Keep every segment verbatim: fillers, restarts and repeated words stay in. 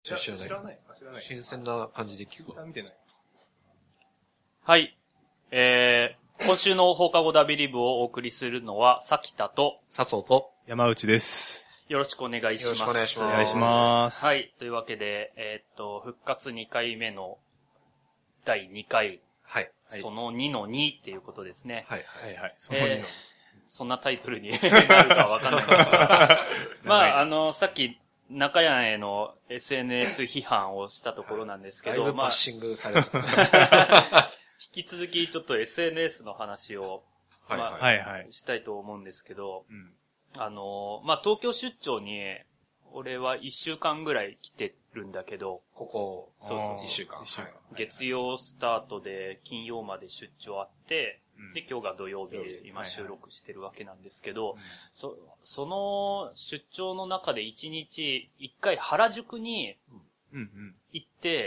知らない。 知らない。知らない。 新鮮な感じで聞くわ。 見てない。 はい。えー、今週の放課後ダビリブをお送りするのは、さきたと、 笹生と、 山内です。 よろしくお願いします。 よろしくお願いします。 お願いします。 はい。というわけで、えー、っと、復活にかいめのだいにかい。 はい。 そのにのにっていうことですね。 はい。 はいはい。そのにのに。 えー、そんなタイトルになるかわかんないんですが。まあ、あの、さっき、中谷への エスエヌエス 批判をしたところなんですけど、 だいぶバッシングされた。 引き続きちょっと エスエヌエス の話を、 はいまあはいはい。 したいと思うんですけど、 うん、 あの、まあ、東京出張に、俺はいっしゅうかんぐらい来てるんだけど、 ここ、 そうそうそういっしゅうかん。 いっしゅうかん。 月曜スタートで金曜まで出張あって、うん、で、今日が土曜日で今収録してるわけなんですけど、はいはい、そ、その出張の中で一日一回原宿に行って、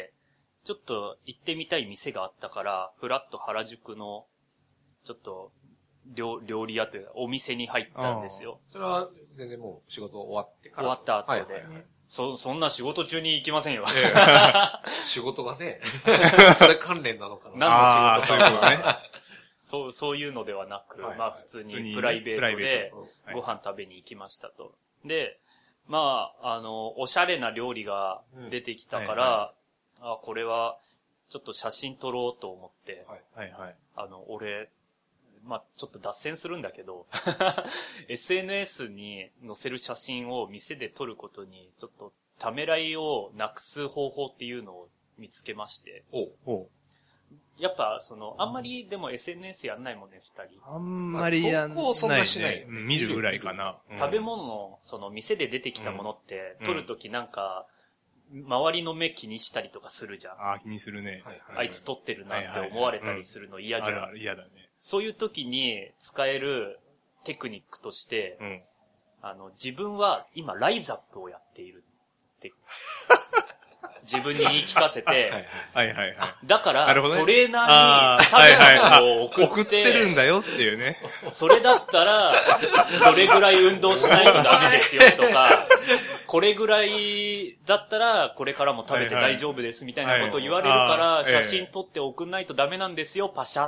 ちょっと行ってみたい店があったから、ふらっと原宿の、ちょっと、料料理屋というか、お店に入ったんですよ。 それは全然もう仕事終わってから。 終わった後で。 はいはいはい、 そ、そんな仕事中に行きませんよ。 ええ、仕事がね、それ関連なのかな。 何の仕事か。 そういうことね。 そう、そういうのではなく、 はい、 まあ普通にプライベートでご飯食べに行きましたと。で、まあ、あの、おしゃれな料理が出てきたから、うん、はいはい、あ、これはちょっと写真撮ろうと思って、 はいはい、 あの、俺、まあ、ちょっと脱線するんだけど、エスエヌエス に載せる写真を店で撮ることに、ちょっとためらいをなくす方法っていうのを見つけまして。 おうやっぱ、その、あんまりでも エスエヌエス やんないもんね、二人。 あんまりやんない、ね。 投稿そんなしない、 うん。見るぐらいかな。 うん、食べ物の、その、店で出てきたものって、うん、撮るときなんか、周りの目気にしたりとかするじゃん。 ああ、気にするね。 はいはいはい、あいつ撮ってるなって思われたりするの嫌じゃん。 はいはいはいうん、嫌だね。 そういう時に使えるテクニックとして、うん、あの、自分は今ライザップをやっているって。自分に言い聞かせて、 はいはいはい。 だから、 ね、 トレーナーに食べ物を送って、 送ってるんだよっていうね。 それだったら、どれぐらい運動しないとダメですよとか、これぐらいだったら、これからも食べて大丈夫ですみたいなことを言われるから、写真撮って送んないとダメなんですよ、パシャって、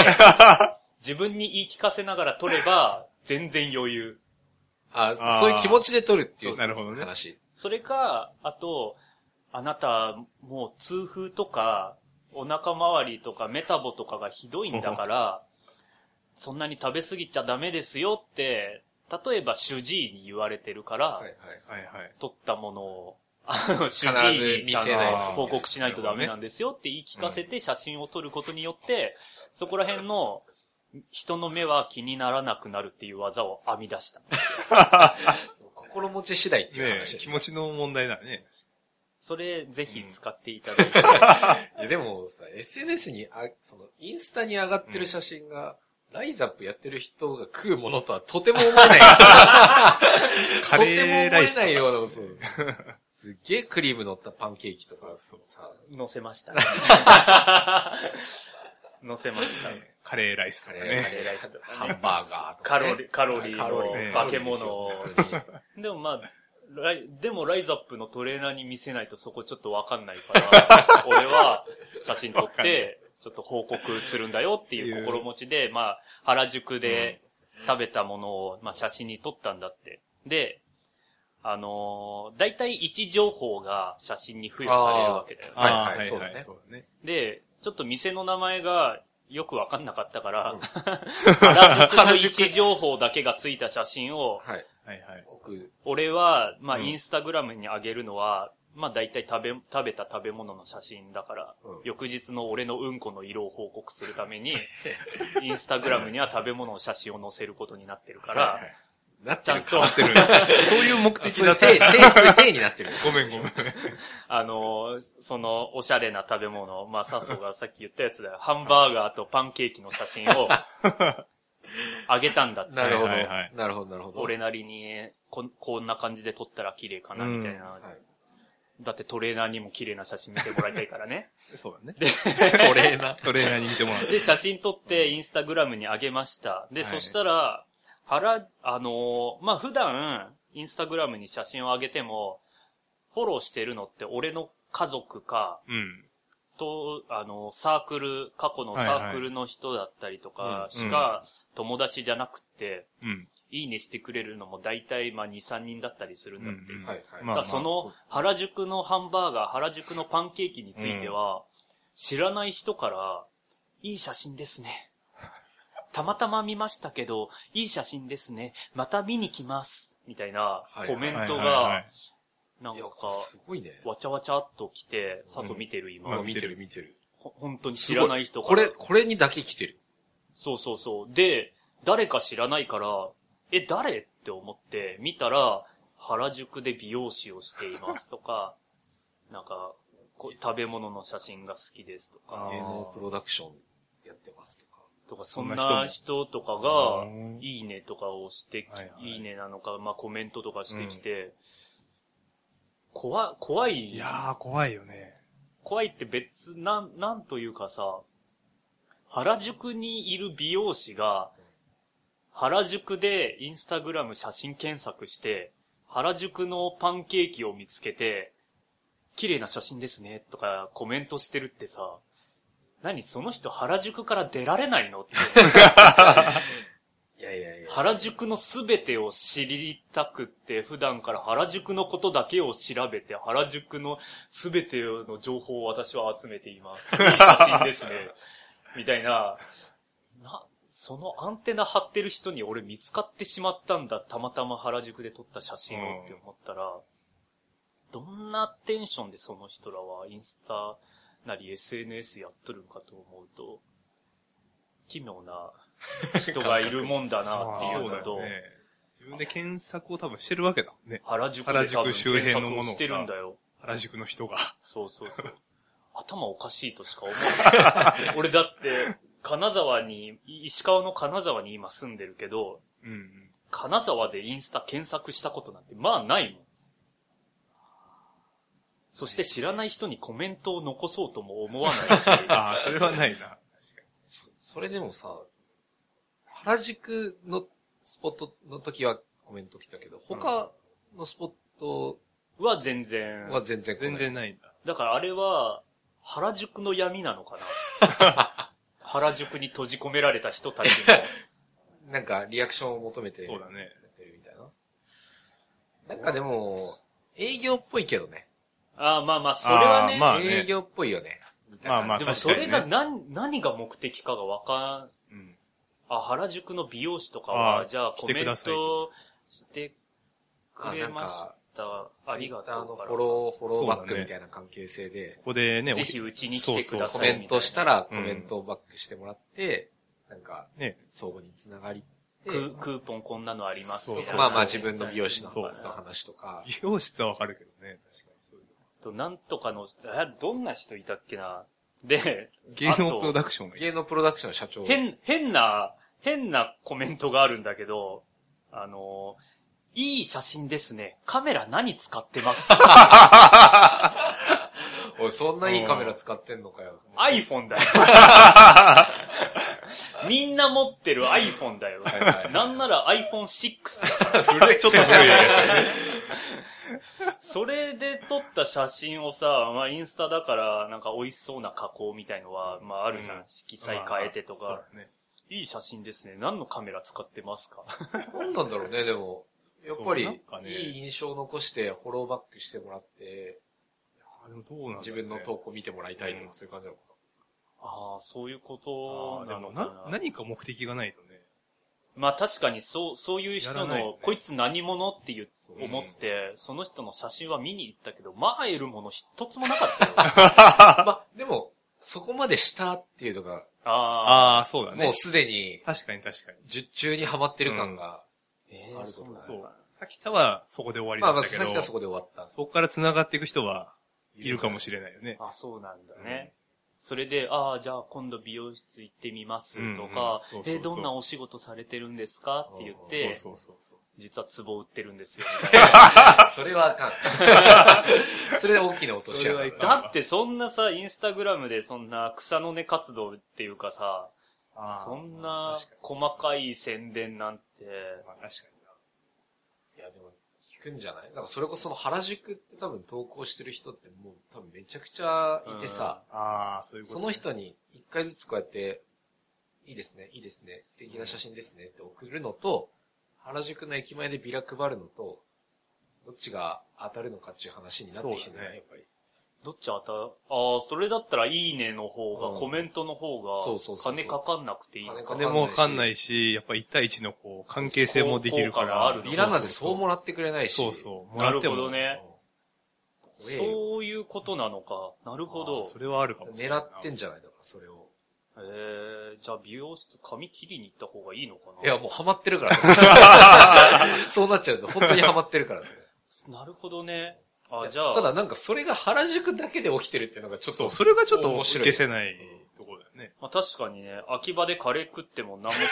自分に言い聞かせながら撮れば、全然余裕。 あ、そういう気持ちで撮るっていう話。 なるほどね。 それか、あと、あなた、もう痛風とか、お腹周りとかメタボとかがひどいんだから、そんなに食べ過ぎちゃダメですよって、例えば主治医に言われてるから、はいはいはいはい、取ったものを、あの、主治医にちゃんと報告しないとダメなんですよって言い聞かせて写真を撮ることによって、そこら辺の人の目は気にならなくなるっていう技を編み出したんですよ。 心持ち次第っていう話、 ね、気持ちの問題だね。 それ、ぜひ使っていただいて。 いやでもさ、エスエヌエス にあ、その、インスタに上がってる写真が、うん、ライザップやってる人が食うものとはとても思えない。 カレーライスとか。 とても思えないような、そう。すっげえクリーム乗ったパンケーキとか。 そうそう乗せましたね。乗せましたね。 カレーライスとかね。 カレーライスとか、 ね。ハンバーガーとか、ね。カロリー、カロリーの化け物を。でもまあ、ライでもライザップのトレーナーに見せないとそこちょっとわかんないから、俺は写真撮って、ちょっと報告するんだよっていう心持ちで、まあ、原宿で食べたものを、まあ写真に撮ったんだって。で、あのー、だいたい位置情報が写真に付与されるわけだよね。 はいはい、そうだね。 で、ちょっと店の名前がよくわかんなかったから、うん、原宿の位置情報だけがついた写真を、 はいはいはい、 俺は、まあ、インスタグラムに上げるのは、うん、まあ、大体食べ、食べた食べ物の写真だから、うん、翌日の俺のうんこの色を報告するために、インスタグラムには食べ物の写真を載せることになってるから、はいはいなっちゃんと。 そういう目的だった。 手、手、手になってる。 ごめんごめん。 あの、その、おしゃれな食べ物、まあ、サソがさっき言ったやつだよ。ハンバーガーとパンケーキの写真を、あげたんだって。 なるほど。なるほど、なるほど。 俺なりにこ、こんな感じで撮ったら綺麗かな、みたいな、うんはい。だってトレーナーにも綺麗な写真見てもらいたいからね。 そうだね。 で、 トレーナートレーナーに見てもらう。 で、写真撮ってインスタグラムに上げました。で、はい、そしたら、原、あのー、まあ、普段、インスタグラムに写真を上げても、 フォローしてるのって俺の家族か、 うん。 と、あの、サークル、過去のサークルの人だったりとかしか友達じゃなくて、 うん。 いいねしてくれるのも大体まあに、さんにんだったりするんだって。 うんうんはいはい。 だからその原宿のハンバーガー、原宿のパンケーキについては、知らない人から、いい写真ですね。たまたま見ましたけど、いい写真ですね。また見に来ます。みたいなコメントが、なんか、 すごいね。 わちゃわちゃっと来て、さぞ見てる今。 まあ見てる見てる。 ほ本当に知らない人から。 これ、これにだけ来てる。 そうそうそう。で、誰か知らないから、え、誰って思って見たら、原宿で美容師をしていますとか、なんか、こう食べ物の写真が好きですとか、 芸能プロダクションやってますとか。 とか、そんな人とかが、 うんいいねとかをしてき、 はいはいいいねなのか、まあコメントとかしてきて、怖い、怖い。 いやー、怖いよね。 怖いって別、なん、なんというかさ、原宿にいる美容師が、原宿でインスタグラム写真検索して、原宿のパンケーキを見つけて、綺麗な写真ですね、とかコメントしてるってさ、何その人原宿から出られないのって。 いやいやいや。 原宿のすべてを知りたくって、普段から原宿のことだけを調べて、原宿のすべての情報を私は集めています。いい写真ですね。みたいな、な、そのアンテナ張ってる人に俺見つかってしまったんだ。たまたま原宿で撮った写真をって思ったら、どんなテンションでその人らはインスタなり エスエヌエス やっとるんかと思うと、奇妙な人がいるもんだなっていうのと、 ね、自分で検索を多分してるわけだもんね。 原宿で多分周辺のものをしてるんだよ。 原宿の人が。 そうそうそう。頭おかしいとしか思わない。俺だって、金沢に、石川の金沢に今住んでるけど、 うんうん、 金沢でインスタ検索したことなんてまあないもん。そして知らない人にコメントを残そうとも思わないし。 ああ、それはないな。 そ, それでもさ、原宿のスポットの時はコメント来たけど、他のスポットは全然。 は全然来ない。 全然ないんだ。 だからあれは、原宿の闇なのかな。原宿に閉じ込められた人たちの。なんかリアクションを求めて。 そうだね。 みたいな。なんかでも、営業っぽいけどね。 ああ、まあまあ、それはね。 まあね営業っぽいよね。 まあまあ、 でもそれが何、何が目的かがわかん、 うん、 あ、原宿の美容師とかは、じゃあコメントしてくれました。ありがとう。 あの、フォロー、フォローバックみたいな関係性で。 ここでね、 ぜひうちに来てください。 コメントしたらコメントをバックしてもらって、なんか、 ね、 相互につながり。 ク, クーポンこんなのありますとか。まあまあ自分の美容室の話とか。 美容室はわかるけどね、確かにそういうと、なんとかの、え、どんな人いたっけな。で、 芸能プロダクションがいい。 芸能プロダクションの社長。 変、変な、変なコメントがあるんだけど、あの、いい写真ですね。カメラ何使ってますおい、そんないいカメラ使ってんのかよ。 iPhone だよ。みんな持ってる iPhone だよ。はいはいはい、なんなら アイフォンシックス だから。 古い、ちょっと古いやつ。それで撮った写真をさ、まあインスタだからなんか美味しそうな加工みたいのは、まああるじゃん。うん、色彩変えてとか。 ね、 いい写真ですね。何のカメラ使ってますか？ 何なんだろうね、でも。やっぱり、ね、いい印象を残してフォローバックしてもらって、 でもどうなんだろうね、 自分の投稿見てもらいたいとか、うん、そういう感じなのかな。ああ、そういうことなのかな。 でもな何か目的がないとね。 まあ確かにそう、そういう人の、ね、こいつ何者って言う、思って、うん、その人の写真は見に行ったけど、まあ得るもの一つもなかったよ。 まあ、でも、そこまでしたっていうのが、 ああ、そうだね。 もうすでに、 確かに確かに。 術中にはまってる感が、 うん、えー、そうそう。咲田はそこで終わりだったけど、 まあまあ、咲田はそこで終わった。 そこから繋がっていく人はいるかもしれないよね。 あ、そうなんだね。うん、それで、ああ、じゃあ今度美容室行ってみますとか、えー、どんなお仕事されてるんですかって言って、 そうそうそうそう。 実は壺売ってるんですよ。 それはあかん。それで大きな落とし穴。 だってそんなさ、インスタグラムでそんな草の根活動っていうかさ、そんな細かい宣伝なんて。 まあ確かにな。いやでも、菊くんじゃない？だからそれこその原宿って多分投稿してる人ってもう多分めちゃくちゃいてさ、 ああ、そういうこと、 その人に一回ずつこうやって、いいですね、いいですね、素敵な写真ですねって送るのと、原宿の駅前でビラ配るのと、どっちが当たるのかっていう話になってきてるね、やっぱり。 どっち当たる？ああ、それだったらいいねの方が、うん、コメントの方が、金かかんなくていいのか。 金もかかんないし、やっぱ一対一のこう、関係性もできるから。 ビラなんてそうもらってくれないし。 そうそう。 もらってもなるほどね。そういうことなのか。なるほど。 それはあるかもしれない。 狙ってんじゃないだから、それを。 えー、じゃあ美容室髪切りに行った方がいいのかな？ いや、もうハマってるから。そうなっちゃうと、本当にハマってるからそれ。 なるほどね。あ、じゃあ。 ただなんかそれが原宿だけで起きてるっていうのがちょっと。そう、 それがちょっと消せないところだよね。 まあ確かにね、秋葉でカレー食っても何も食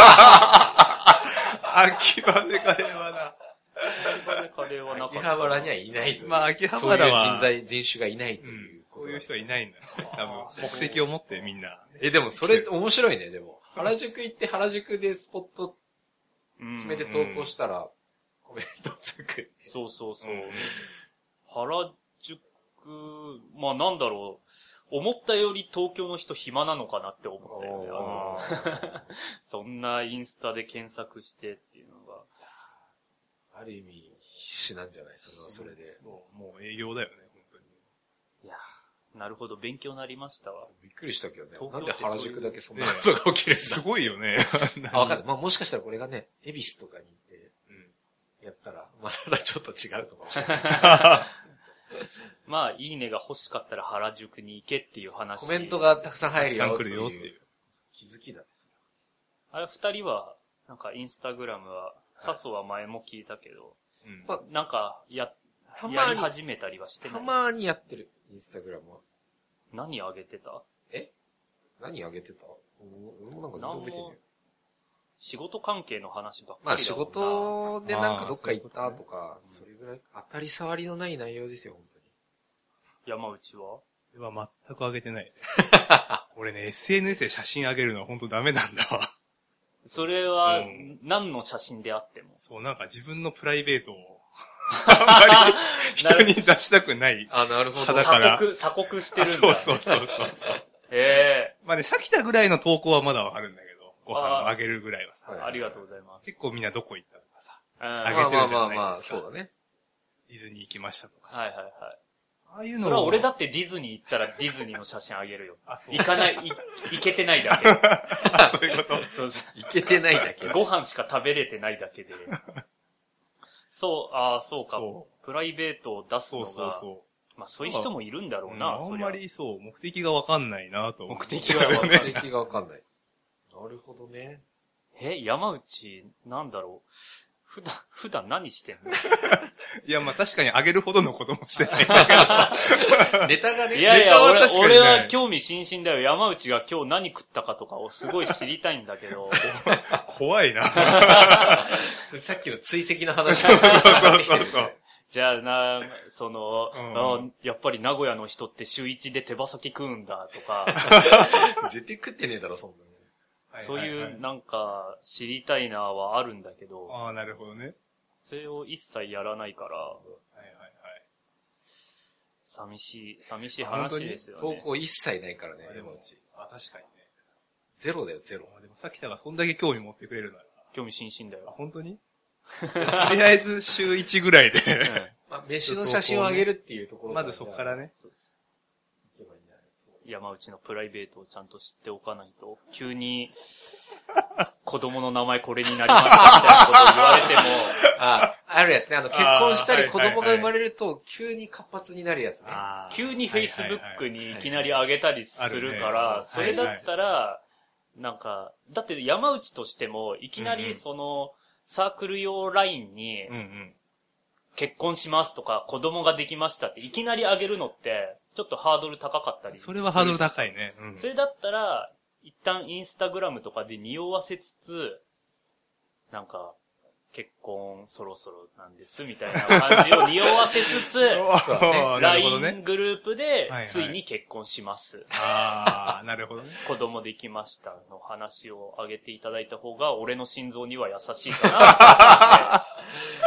わない。秋葉でカレーはな。 秋葉でカレーはなかった。 秋葉原にはいないという。 まあ秋葉原は。 そういう人材、人種がいないという、 うん。そういう人はいないんだよね。多分、目的を持ってみんな。 え、でもそれ面白いね、でも。原宿行って原宿でスポット決めて投稿したら、コメントつく。 そうそうそう。うん、原宿、まあなんだろう。思ったより東京の人暇なのかなって思ったよね。そんなインスタで検索してっていうのが。 ある意味必死なんじゃない？それはそれで。 もう、もう営業だよね、本当に。 いやなるほど、勉強になりましたわ。 びっくりしたけどね。なんで原宿だけそんなことが起きるんだ、ね、 すごいよね。 あ、わかんない。まあもしかしたらこれがね、恵比寿とかに行って、うん、やったら、まだちょっと違うのかもしれない。 まあ、いいねが欲しかったら原宿に行けっていう話。 コメントがたくさん入るよ。 たくさん来るよっていう。 気づきだね。 あれ、二人は、なんかインスタグラムは、サソは前も聞いたけど、 はい、 なんか、や、やり始めたりはしてない？ たまーにやってる、インスタグラムは。 何あげてた？ え何あげてた？俺もなんか全然見てねえよ。 仕事関係の話ばっかりだもんな。 まあ仕事でなんかどっか行ったとか、それぐらい当たり障りのない内容ですよ、本当に。 山内は？ 俺は全くあげてない。俺ね、エスエヌエス で写真あげるのは本当ダメなんだわ。 それは、何の写真であっても、うん、 そう、なんか自分のプライベートを、あんまり人に出したくない。 あ、なるほど。 鎖国、鎖国してるんだ。 そうそうそうそう。 ええー。まあね、さきたぐらいの投稿はまだわかるんだけど、ご飯をあげるぐらいはさ。 ありがとうございます。 結構みんなどこ行ったとかさ、 あげてるじゃないですか。まあまあまあ、そうだね。 ディズニー行きましたとかさ。 はいはいはい。 ああいうのそれは俺だってディズニー行ったらディズニーの写真あげるよ。あ、そう。行かない、い行けてないだけ。 あ、そういうことそうそう。行けてないだけ。 ご飯しか食べれてないだけで。そう、ああ、そうかそう。プライベートを出すのが。そうそうそう。まあそういう人もいるんだろうな、 うん、あんまりそう、目的がわかんないなと思う。 目的がわかんない。 目的がわかんない。なるほどね。 え、山内、なんだろう。普段、普段何してんの？ いや、まあ確かにあげるほどのこともしてないんだけど。ネタがね。 いやいや、俺、俺は興味津々だよ。山内が今日何食ったかとかをすごい知りたいんだけど。 怖いな。 さっきの追跡の話そうそうそうそう。 じゃあな、その、うん、やっぱり名古屋の人って週一で手羽先食うんだとか。 絶対食ってねえだろ、そんなの。 そういうなんか知りたいなはあるんだけど。 ああ、なるほどね。 それを一切やらないから。はいはいはい。 寂しい、寂しい話ですよね。 投稿一切ないからね、山内。 あ、確かにね。 ゼロだよ、ゼロ。 でもさきたがそんだけ興味持ってくれるなら。 興味津々だよ。 あ、本当にとりあえず週一ぐらいで、 うん。まあ、飯の写真をあげるっていうところ、 まずそこからね。そうです。 山内のプライベートをちゃんと知っておかないと、急に、子供の名前これになりましたみたいなことを言われても、 あ、あるやつね。あの、結婚したり子供が生まれると、急に活発になるやつね。 急に Facebook にいきなり上げたりするから、それだったら、なんか、だって山内としても、いきなりその、サークル用 ライン に、結婚しますとか、子供ができましたって、いきなり上げるのって、ちょっとハードル高かったり。 それはハードル高いね。 うん、それだったら、一旦インスタグラムとかで匂わせつつ、なんか、結婚そろそろなんです、みたいな感じを匂わせつつ、ライン グループで、ついに結婚します。 ああ、なるほどね。 子供できましたの話を上げていただいた方が、俺の心臓には優しいかなって思って。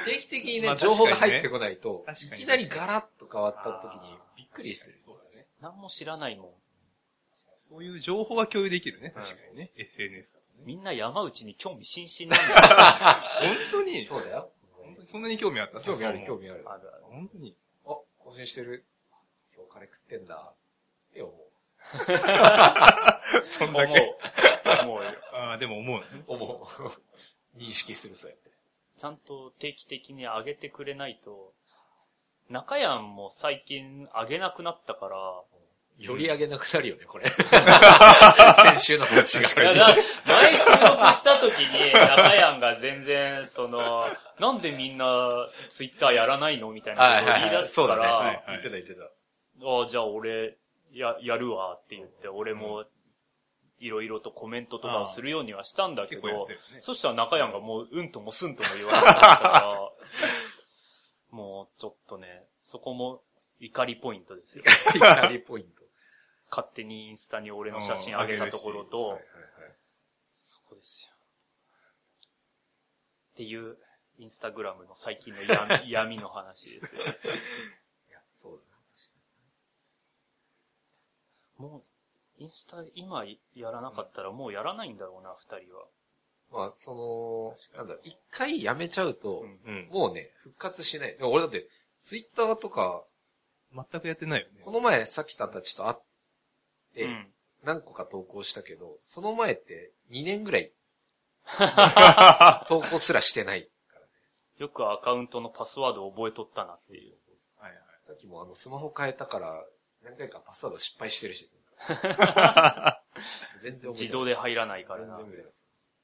定期的にね、 まあ情報が入ってこないと、 確かにねいきなりガラッと変わった時にびっくりする。 そうだね。 何も知らないもん。 そういう情報は共有できるね。確かにね。エスエヌエス だとね。 みんな山内に興味津々なんだ本当にそうだよ。 本当にそんなに興味あった興味ある、興味。 味ある。 あるある。 本当に。 あ、更新してる。今日カレー食ってんだ。って思う。 そんだけ。 思う。思うよ。 ああ、でも思うね。 思う。認識する、そうやって。 ちゃんと定期的に上げてくれないと、中やんも最近上げなくなったから、 より上げなくなるよね、これ。先週の話が。 いやだ前収録した時に、中やんが全然、その、なんでみんなツイッターやらないのみたいなことを言い出すそうだね。 から、 はい言ってた言ってた。 ああ、じゃあ俺、や、やるわって言って、俺も、いろいろとコメントとかをするようにはしたんだけど、 結構やってるね。 そしたら中やんがもう、うんともすんとも言わなかったから、もうちょっとね、そこも怒りポイントですよ。 怒りポイント。 勝手にインスタに俺の写真上げたところと、 はいはいはい。 そこですよ。っていう、インスタグラムの最近の闇闇の話ですよ。 いや、そうだな。 もう、インスタ今やらなかったらもうやらないんだろうな、二人は。 まあ、その、なんだろう、一回やめちゃうと、 うんうん。 もうね、復活しない。俺だって、ツイッターとか、 全くやってないよね。 この前、さきたたちと会って、 うん。 何個か投稿したけど、その前ってにねんぐらい、投稿すらしてない。 よくアカウントのパスワードを覚えとったなっていう。 はいはい。 さっきもあの、スマホ変えたから、何回かパスワード失敗してるし。全然自動で入らないからな。 全然覚えてない。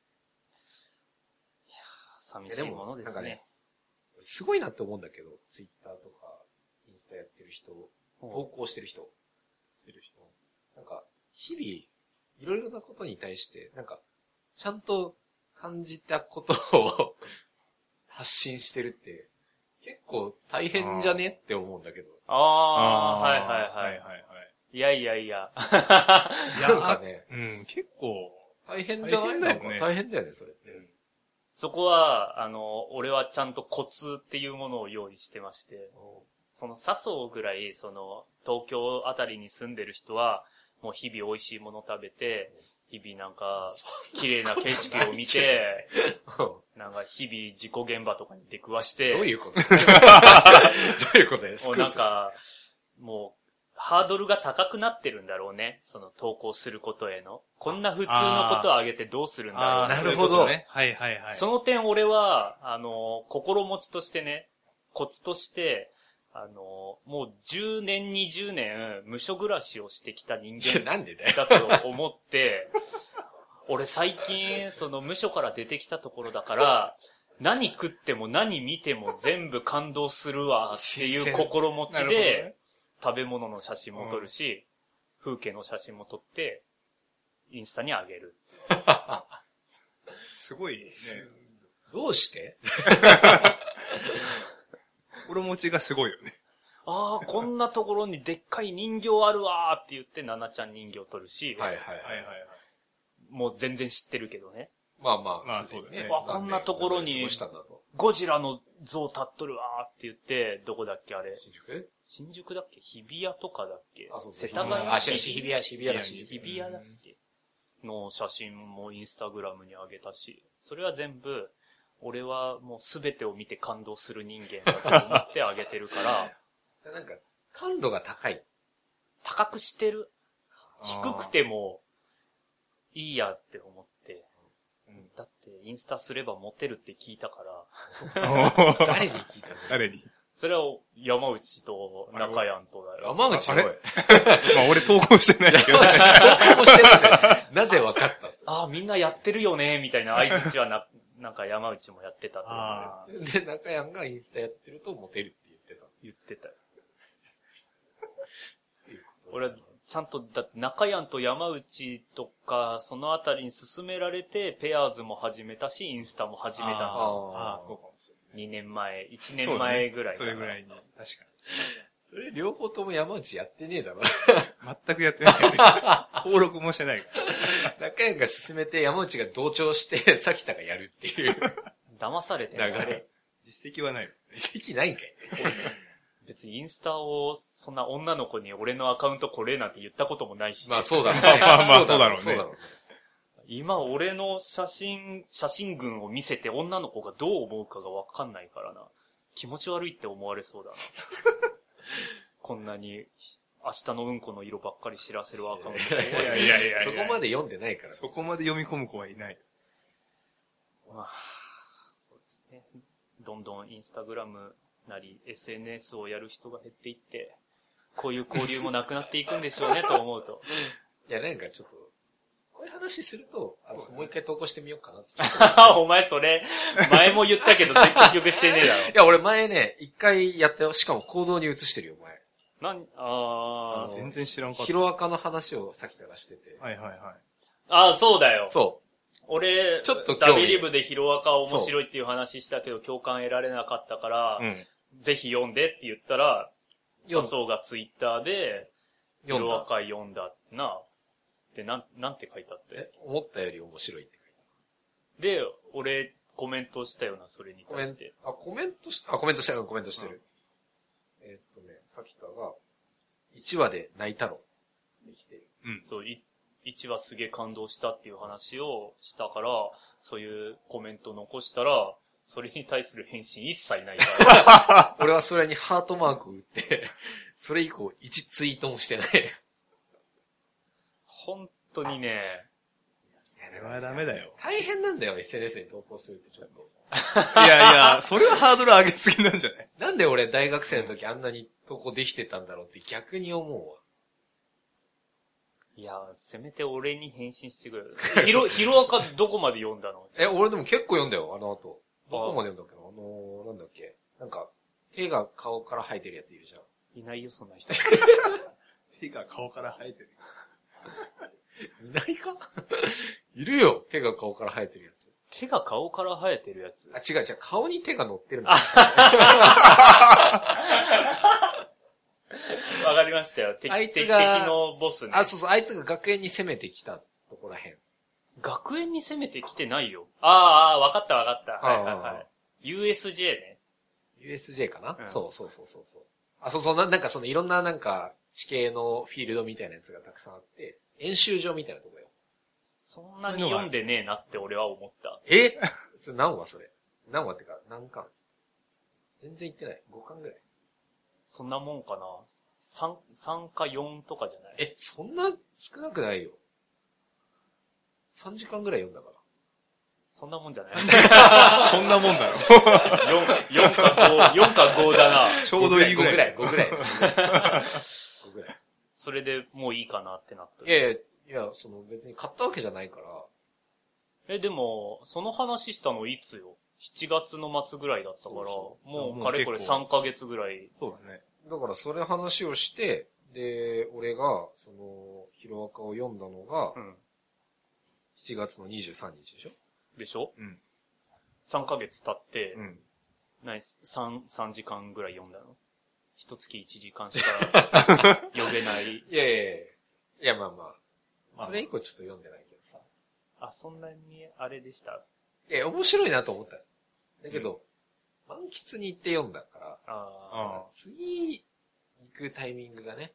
寂しいものですね。 なんかねすごいなって思うんだけど、ツイッターとか、インスタやってる人、投稿してる人、してる人。なんか、日々、いろいろなことに対して、なんか、ちゃんと感じたことを発信してるって、結構大変じゃねって思うんだけど。 ああ、はいはいはいはい。 はいはい。 いやいやいや。 なんかね、 うん、結構、 大変じゃない大変だよねなんか大変だよね、それって。 そこは、あの、俺はちゃんとコツっていうものを用意してまして、その笹生ぐらい、その、東京あたりに住んでる人は、もう日々美味しいもの食べて、日々なんか、綺麗な景色を見て、なんか日々事故現場とかに出くわして、 どういうことどういうことですもうなんか、もう、ハードルが高くなってるんだろうね。その投稿することへの。こんな普通のことをあげてどうするんだろうああ、 ななるほどるほどね。はいはいはい。 その点俺は、あの、心持ちとしてね、コツとして、あの、もうじゅうねん、にじゅうねん、無所暮らしをしてきた人いや、 間なんでだよ。 だと思って、俺最近、その無所から出てきたところだから、何食っても何見ても全部感動するわっていう心持ちなるほどねで、食べ物の写真も撮るし、風景の写真も撮って、インスタに上げる。 すごいね。 どうして心持ちがすごいよね。 ああ、こんなところにでっかい人形あるわーって言って、ナナちゃん人形撮るし、 はいはいはい。 はいはいはい。 もう全然知ってるけどね。 まあまあ、 まあすでにそうだねわこんなところに過ごしたんだと。 ゴジラの像立っとるわーって言って、どこだっけあれ。 新宿新宿だっけ日比谷とかだっけあ、そうそう。 世田谷あ、し、日比谷、日比谷だし。 日比谷だっけの写真もインスタグラムに上げたし、それは全部、俺はもうすべてを見て感動する人間だと思って上げてるから、 なんか、感度が高い。 高くしてる。低くてもいいやって思って。だってインスタすればモテるって聞いたから、 誰に聞いたの誰にそれを山内と中山とだよ。 山内あれおいまあ俺投稿してないけど。 山内投稿してるんで、なぜ分かったんですかああ、みんなやってるよね、みたいな相槌はな、なんか山内もやってたと思う。 あで、中山がインスタやってるとモテるって言ってた。 言ってたよ。俺はちゃんと、だって中山と山内とか、そのあたりに勧められて、ペアーズも始めたし、インスタも始めたんだ。 ああ、そうかもしれない。 にねんまえ、いちねんまえぐらいかな。 それぐらいに。確かそれ両方とも山内やってねえだろ。 に。全くやってないよね。登録もしてないか中山が進めて山内が同調して、さきたがやるっていう騙されて流るねれ。 実績はない。 実績ないんかい。 別にインスタを、そんな女の子に俺のアカウントこれなんて言ったこともないし。 まあそうだろうね。 まあまあそうだろうね。 そうだろうね。 今俺の写真、写真群を見せて女の子がどう思うかがわかんないからな。気持ち悪いって思われそうだな。こんなに、明日のうんこの色ばっかり知らせるアカウント。 いやいやいやいや。 そこまで読んでないから。 そこまで読み込む子はいない。 まあ、そうですね。どんどんインスタグラムなり エスエヌエス をやる人が減っていって、こういう交流もなくなっていくんでしょうねと思うと。 いや、なんかちょっと、こういう話すると、あの、もう一回投稿してみようかなって。 お前それ、前も言ったけど結局してねえだろ。 いや、俺前ね、一回やったよ。しかも行動に移してるよ、前。 なん、あー。 全然知らんかった。 ヒロアカの話をさっきからしてて。 はいはいはい。 あー、そうだよ。 そ俺、 ちょっと興味ダビリブでヒロアカ面白いっていう話したけど共感得られなかったから、 うん。 ぜひ読んでって言ったら、 読ん笹生がツイッターで、ヒ読んだロアカ読んだってな。で、なん、なんて書いてあっう。 てえ、思ったより面白いってで、俺、コメントしたよな、それにコメント対して。、 あ、コメントし、あ、コメントしてる、コメントしてる。うん、えーっとね、さきたが、いちわで泣いたろ。できてる。 うん。 そう、い、いちわすげえ感動したっていう話をしたから、そういうコメント残したら、それに対する返信一切ないから。 俺はそれにハートマーク打って、それ以降いちツイートもしてない。 本当にね、 それはダメだよ。 大変なんだよ、エスエヌエス に投稿するってちょっと。 いやいや、それはハードル上げすぎなんじゃない？ なんで俺大学生の時あんなに投稿できてたんだろうって逆に思うわ。 いや、せめて俺に返信してくれ。ヒロ、ヒロアカどこまで読んだの？ え、俺でも結構読んだよ、あの後。どこまで読んだっけなあのー、なんだっけ。なんか、手が顔から生えてるやついるじゃん。 いないよ、そんな人。 手が顔から生えてる。 いないかいるよ、手が顔から生えてるやつ。 手が顔から生えてるやつ。 あ、違う違う、顔に手が乗ってるんだ。 わかりましたよ。敵、 あいつ敵がのボスね。 あ、そうそう、あいつが学園に攻めてきたとこらへん。 学園に攻めてきてないよ。ああ、ああ、わかったわかった。はいはいああはい。ユーエスジェー ね。 ユーエスジェー かな、 うん、 そうそうそうそうそう。あ、そうそうな、なんかそのいろんななんか地形のフィールドみたいなやつがたくさんあって、演習場みたいなとこよ。 そんなに読んでねえなって俺は思った。 えそれ何話それ何話ってか何巻全然言ってない。ごかんぐらい。 そんなもんかな。三、三か四とかじゃない？ え、そんな少なくないよ。さんじかんぐらい読んだから。 そんなもんじゃないそんなもんだろ。 よん、よんかご、よんかごだな。 ちょうどいいぐらい。 ごぐらい、ごぐらい。ごぐらい。 それでもういいかなってなった。 いやいや、いや、その別に買ったわけじゃないから。 え、でも、その話したのいつよ？ しち 月の末ぐらいだったから、 そうそうもうかれこれさんかげつぐらい。 そうだね。 だからそれ話をして、で、俺が、その、ヒロアカを読んだのが、 うん。 しちがつのにじゅうさんにちでしょでしょ？ うん。 さんかげつ経って、 うん。 何、三、三時間ぐらい読んだの？一月いちじかんしか読めない。 いやいやいやいや、まあまあ。それ以降ちょっと読んでないけどさ。 あ、そんなにあれでした？ いや、面白いなと思った。だけど、満喫に行って読んだから、 あ次、行くタイミングがね。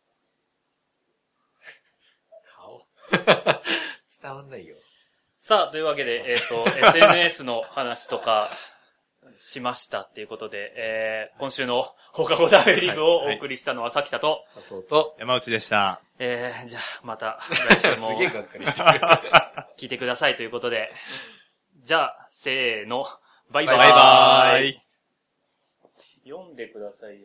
顔伝わんないよ。 さあ、というわけで、えっと、エスエヌエス の話とか、しましたっていうことで、えー、今週の放課後ダベリブをお送りしたのはさきたと、 さそうと、 山内でした。 えー、じゃあ、また、来週すもげえがっかりしてる。 聞いてくださいということで、じゃあ、せーの、バイババイバーイ。 読んでくださいよ。